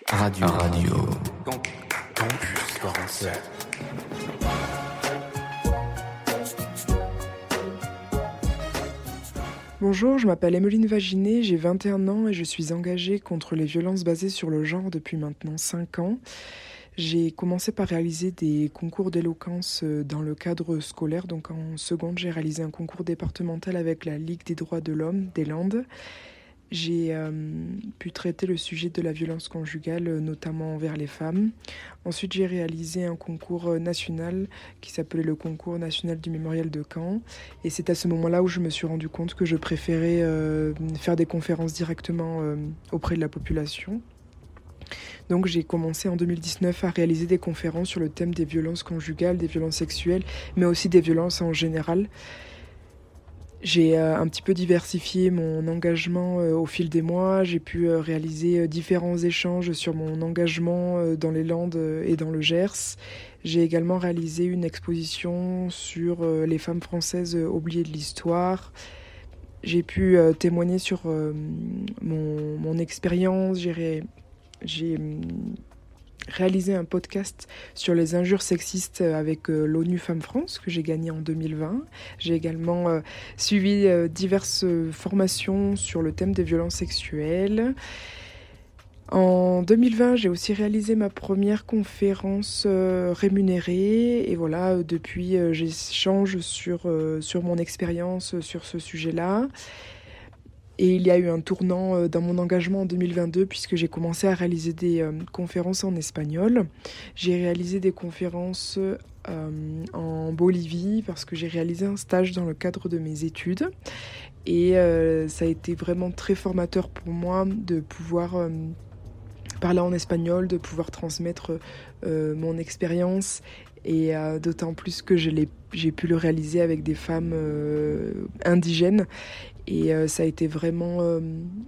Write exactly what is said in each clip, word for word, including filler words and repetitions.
Radio. Radio. Campus quarante-sept. Bonjour, je m'appelle Emmeline Vaginet, j'ai vingt et un ans et je suis engagée contre les violences basées sur le genre depuis maintenant cinq ans. J'ai commencé par réaliser des concours d'éloquence dans le cadre scolaire. Donc en seconde, j'ai réalisé un concours départemental avec la Ligue des droits de l'homme des Landes. J'ai euh, pu traiter le sujet de la violence conjugale, notamment envers les femmes. Ensuite, j'ai réalisé un concours national qui s'appelait le concours national du mémorial de Caen. Et c'est à ce moment-là où je me suis rendu compte que je préférais euh, faire des conférences directement euh, auprès de la population. Donc j'ai commencé en deux mille dix-neuf à réaliser des conférences sur le thème des violences conjugales, des violences sexuelles, mais aussi des violences en général. J'ai euh, un petit peu diversifié mon engagement euh, au fil des mois. J'ai pu euh, réaliser euh, différents échanges sur mon engagement euh, dans les Landes euh, et dans le Gers. J'ai également réalisé une exposition sur euh, les femmes françaises euh, oubliées de l'histoire. J'ai pu euh, témoigner sur euh, mon, mon expérience. J'ai, ré... J'ai euh, réalisé un podcast sur les injures sexistes avec euh, l'ONU Femmes France que j'ai gagné en deux mille vingt. J'ai également euh, suivi euh, diverses formations sur le thème des violences sexuelles. En deux mille vingt, j'ai aussi réalisé ma première conférence euh, rémunérée et voilà, euh, depuis euh, j'échange sur, euh, sur mon expérience euh, sur ce sujet-là. Et il y a eu un tournant dans mon engagement en deux mille vingt-deux puisque j'ai commencé à réaliser des euh, conférences en espagnol. J'ai réalisé des conférences euh, en Bolivie parce que j'ai réalisé un stage dans le cadre de mes études. Et euh, ça a été vraiment très formateur pour moi de pouvoir euh, parler en espagnol, de pouvoir transmettre euh, mon expérience. Et euh, d'autant plus que je l'ai, j'ai pu le réaliser avec des femmes euh, indigènes. Et euh, ça a été vraiment euh,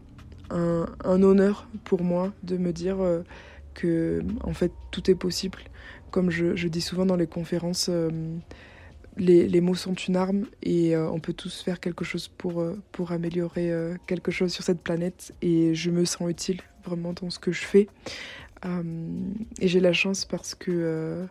un, un honneur pour moi de me dire euh, que en fait tout est possible. Comme je, je dis souvent dans les conférences, euh, les, les mots sont une arme et euh, on peut tous faire quelque chose pour, euh, pour améliorer euh, quelque chose sur cette planète. Et je me sens utile vraiment dans ce que je fais. Euh, et j'ai la chance parce que euh,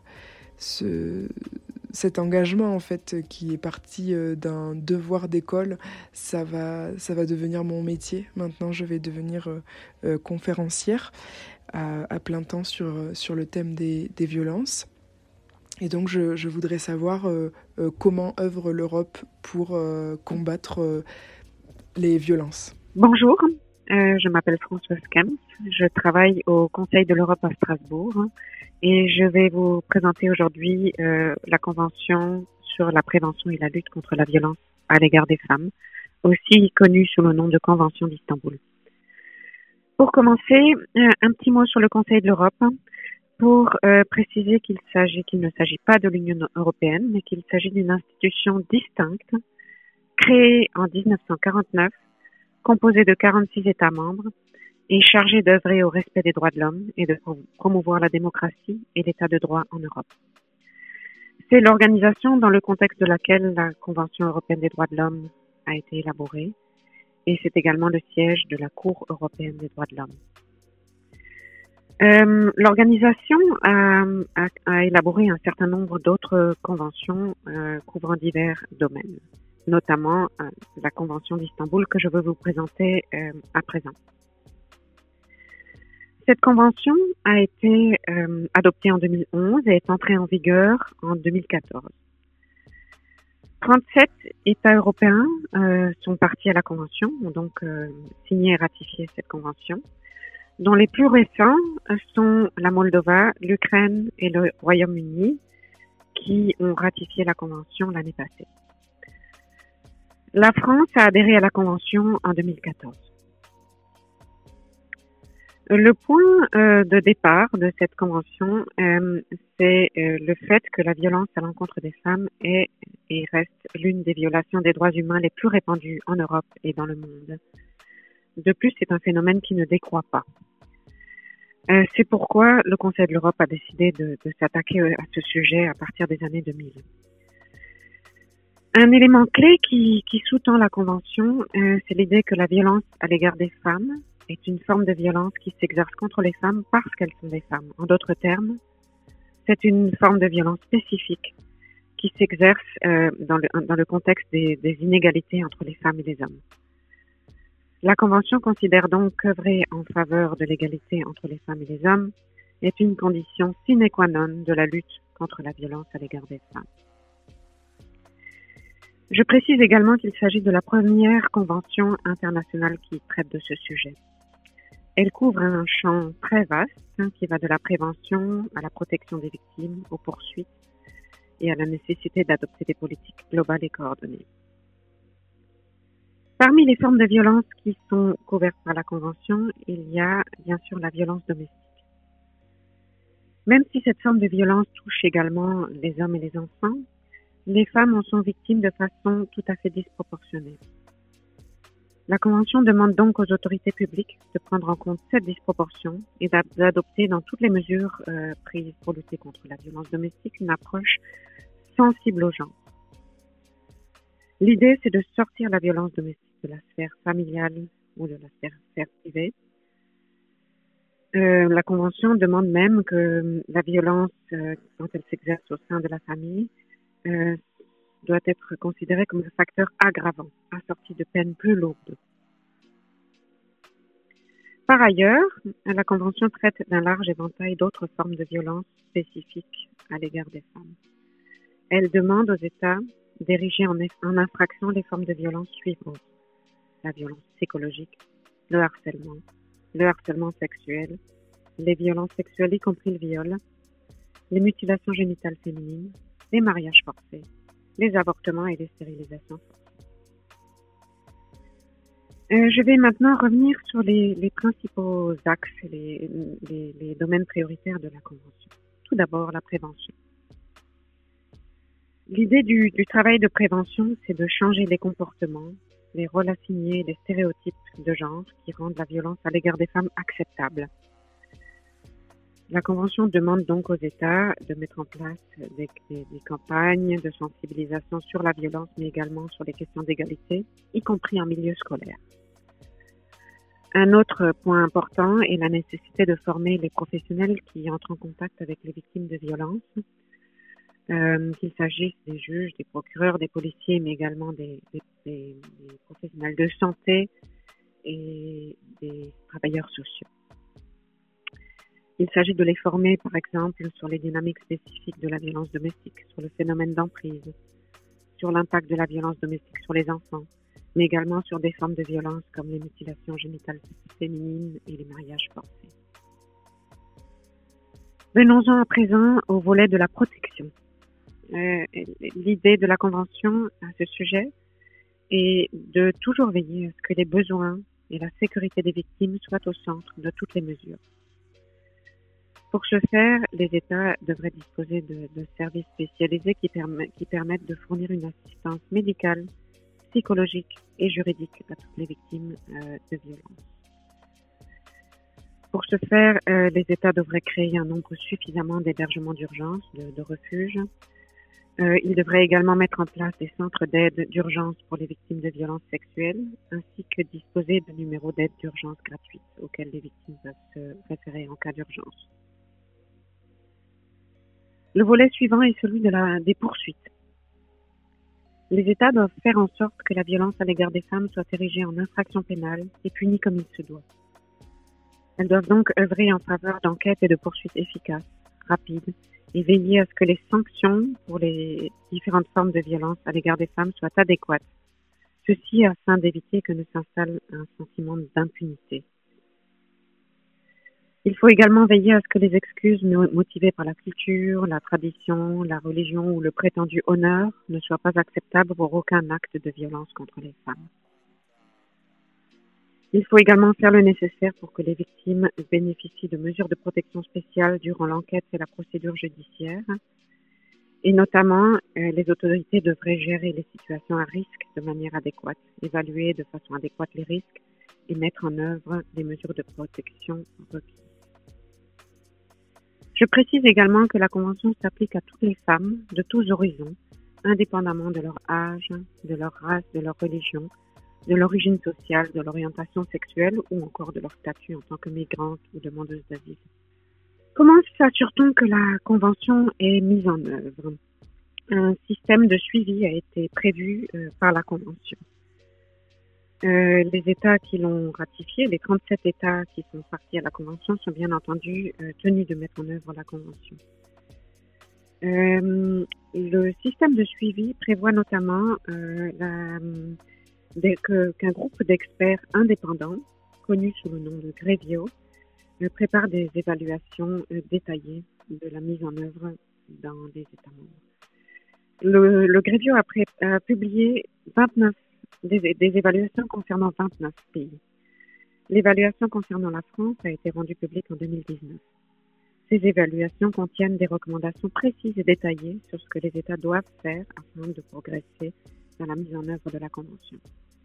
ce... cet engagement en fait qui est parti d'un devoir d'école, ça va, ça va devenir mon métier. Maintenant, je vais devenir euh, conférencière à, à plein temps sur, sur le thème des, des violences. Et donc, je, je voudrais savoir euh, euh, comment œuvre l'Europe pour euh, combattre euh, les violences. Bonjour, euh, je m'appelle Françoise Camps. Je travaille au Conseil de l'Europe à Strasbourg. Et je vais vous présenter aujourd'hui euh, la Convention sur la prévention et la lutte contre la violence à l'égard des femmes, aussi connue sous le nom de Convention d'Istanbul. Pour commencer, euh, un petit mot sur le Conseil de l'Europe pour euh, préciser qu'il s'agit, qu'il ne s'agit pas de l'Union européenne, mais qu'il s'agit d'une institution distincte créée en dix-neuf cent quarante-neuf, composée de quarante-six États membres, est chargé d'œuvrer au respect des droits de l'homme et de promouvoir la démocratie et l'état de droit en Europe. C'est l'organisation dans le contexte de laquelle la Convention européenne des droits de l'homme a été élaborée et c'est également le siège de la Cour européenne des droits de l'homme. Euh, l'organisation a, a, a élaboré un certain nombre d'autres conventions euh, couvrant divers domaines, notamment euh, la Convention d'Istanbul que je veux vous présenter euh, à présent. Cette convention a été euh, adoptée en deux mille onze et est entrée en vigueur en deux mille quatorze. trente-sept États européens euh, sont partis à la convention, ont donc euh, signé et ratifié cette convention, dont les plus récents sont la Moldova, l'Ukraine et le Royaume-Uni, qui ont ratifié la convention l'année passée. La France a adhéré à la convention en deux mille quatorze. Le point euh, de départ de cette convention, euh, c'est euh, le fait que la violence à l'encontre des femmes est et reste l'une des violations des droits humains les plus répandues en Europe et dans le monde. De plus, c'est un phénomène qui ne décroît pas. Euh, c'est pourquoi le Conseil de l'Europe a décidé de, de s'attaquer à ce sujet à partir des années deux mille. Un élément clé qui, qui sous-tend la Convention, euh, c'est l'idée que la violence à l'égard des femmes est une forme de violence qui s'exerce contre les femmes parce qu'elles sont des femmes. En d'autres termes, c'est une forme de violence spécifique qui s'exerce euh, dans, le, dans le contexte des, des inégalités entre les femmes et les hommes. La Convention considère donc qu'œuvrer en faveur de l'égalité entre les femmes et les hommes est une condition sine qua non de la lutte contre la violence à l'égard des femmes. Je précise également qu'il s'agit de la première convention internationale qui traite de ce sujet. Elle couvre un champ très vaste hein, qui va de la prévention à la protection des victimes, aux poursuites et à la nécessité d'adopter des politiques globales et coordonnées. Parmi les formes de violence qui sont couvertes par la Convention, il y a bien sûr la violence domestique. Même si cette forme de violence touche également les hommes et les enfants, les femmes en sont victimes de façon tout à fait disproportionnée. La Convention demande donc aux autorités publiques de prendre en compte cette disproportion et d'adopter dans toutes les mesures euh, prises pour lutter contre la violence domestique une approche sensible aux gens. L'idée, c'est de sortir la violence domestique de la sphère familiale ou de la sphère, sphère privée. Euh, la Convention demande même que la violence, euh, quand elle s'exerce au sein de la famille, euh, doit être considérée comme un facteur aggravant, assorti de peines plus lourdes. Par ailleurs, la Convention traite d'un large éventail d'autres formes de violence spécifiques à l'égard des femmes. Elle demande aux États d'ériger en, en infraction les formes de violence suivantes: la violence psychologique, le harcèlement, le harcèlement sexuel, les violences sexuelles y compris le viol, les mutilations génitales féminines, les mariages forcés, les avortements et les stérilisations forcées. Euh, je vais maintenant revenir sur les, les principaux axes et les, les, les domaines prioritaires de la Convention. Tout d'abord, la prévention. L'idée du, du travail de prévention, c'est de changer les comportements, les rôles assignés, les stéréotypes de genre qui rendent la violence à l'égard des femmes acceptable. La Convention demande donc aux États de mettre en place des, des, des campagnes de sensibilisation sur la violence, mais également sur les questions d'égalité, y compris en milieu scolaire. Un autre point important est la nécessité de former les professionnels qui entrent en contact avec les victimes de violences, euh, qu'il s'agisse des juges, des procureurs, des policiers, mais également des, des, des, des professionnels de santé et des travailleurs sociaux. Il s'agit de les former, par exemple, sur les dynamiques spécifiques de la violence domestique, sur le phénomène d'emprise, sur l'impact de la violence domestique sur les enfants, mais également sur des formes de violence comme les mutilations génitales féminines et les mariages forcés. Venons-en à présent au volet de la protection. Euh, l'idée de la Convention à ce sujet est de toujours veiller à ce que les besoins et la sécurité des victimes soient au centre de toutes les mesures. Pour ce faire, les États devraient disposer de, de services spécialisés qui, permet, qui permettent de fournir une assistance médicale, psychologique et juridique à toutes les victimes euh, de violences. Pour ce faire, euh, les États devraient créer un nombre suffisamment d'hébergements d'urgence, de, de refuges. Euh, ils devraient également mettre en place des centres d'aide d'urgence pour les victimes de violences sexuelles, ainsi que disposer de numéros d'aide d'urgence gratuits auxquels les victimes peuvent se référer en cas d'urgence. Le volet suivant est celui de la, des poursuites. Les États doivent faire en sorte que la violence à l'égard des femmes soit érigée en infraction pénale et punie comme il se doit. Elles doivent donc œuvrer en faveur d'enquêtes et de poursuites efficaces, rapides, et veiller à ce que les sanctions pour les différentes formes de violence à l'égard des femmes soient adéquates. Ceci afin d'éviter que ne s'installe un sentiment d'impunité. Il faut également veiller à ce que les excuses motivées par la culture, la tradition, la religion ou le prétendu honneur ne soient pas acceptables pour aucun acte de violence contre les femmes. Il faut également faire le nécessaire pour que les victimes bénéficient de mesures de protection spéciales durant l'enquête et la procédure judiciaire. Et notamment, euh, les autorités devraient gérer les situations à risque de manière adéquate, évaluer de façon adéquate les risques et mettre en œuvre des mesures de protection requises. Je précise également que la Convention s'applique à toutes les femmes de tous horizons, indépendamment de leur âge, de leur race, de leur religion, de l'origine sociale, de l'orientation sexuelle ou encore de leur statut en tant que migrante ou demandeuse d'asile. Comment s'assure-t-on que la Convention est mise en œuvre? Un système de suivi a été prévu euh, par la Convention. Euh, les États qui l'ont ratifiée, les trente-sept États qui sont partis à la Convention, sont bien entendu euh, tenus de mettre en œuvre la Convention. Euh, le système de suivi prévoit notamment euh, la, des, que, qu'un groupe d'experts indépendants, connus sous le nom de Grevio, euh, prépare des évaluations euh, détaillées de la mise en œuvre dans les États membres. Le, le Grevio a, pré, a publié vingt-neuf, des, des évaluations concernant vingt-neuf pays. L'évaluation concernant la France a été rendue publique en deux mille dix-neuf. Ces évaluations contiennent des recommandations précises et détaillées sur ce que les États doivent faire afin de progresser dans la mise en œuvre de la Convention.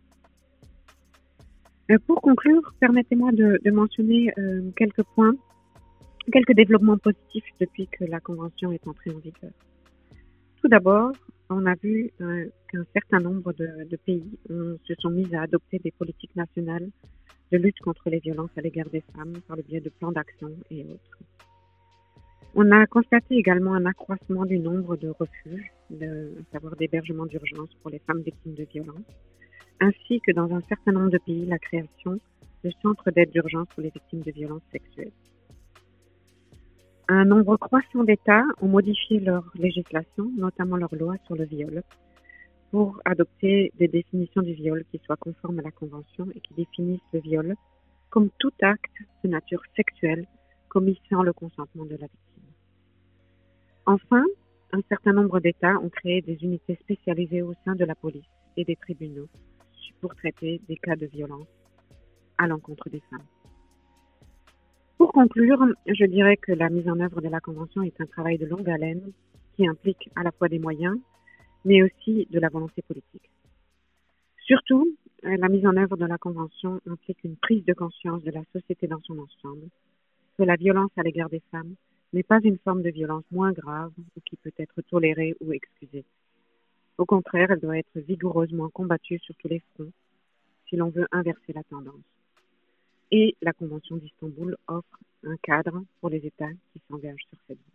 Euh, pour conclure, permettez-moi de, de mentionner euh, quelques points, quelques développements positifs depuis que la Convention est entrée en vigueur. Tout d'abord, on a vu euh, qu'un certain nombre de, de pays euh, se sont mis à adopter des politiques nationales de lutte contre les violences à l'égard des femmes par le biais de plans d'action et autres. On a constaté également un accroissement du nombre de refuges, de, à savoir d'hébergements d'urgence pour les femmes victimes de violences, ainsi que dans un certain nombre de pays, la création de centres d'aide d'urgence pour les victimes de violences sexuelles. Un nombre croissant d'États ont modifié leur législation, notamment leur loi sur le viol, pour adopter des définitions du viol qui soient conformes à la Convention et qui définissent le viol comme tout acte de nature sexuelle commis sans le consentement de la victime. Enfin, un certain nombre d'États ont créé des unités spécialisées au sein de la police et des tribunaux pour traiter des cas de violence à l'encontre des femmes. Pour conclure, je dirais que la mise en œuvre de la Convention est un travail de longue haleine qui implique à la fois des moyens, mais aussi de la volonté politique. Surtout, la mise en œuvre de la Convention implique une prise de conscience de la société dans son ensemble, que la violence à l'égard des femmes n'est pas une forme de violence moins grave ou qui peut être tolérée ou excusée. Au contraire, elle doit être vigoureusement combattue sur tous les fronts si l'on veut inverser la tendance. Et la Convention d'Istanbul offre un cadre pour les États qui s'engagent sur cette voie.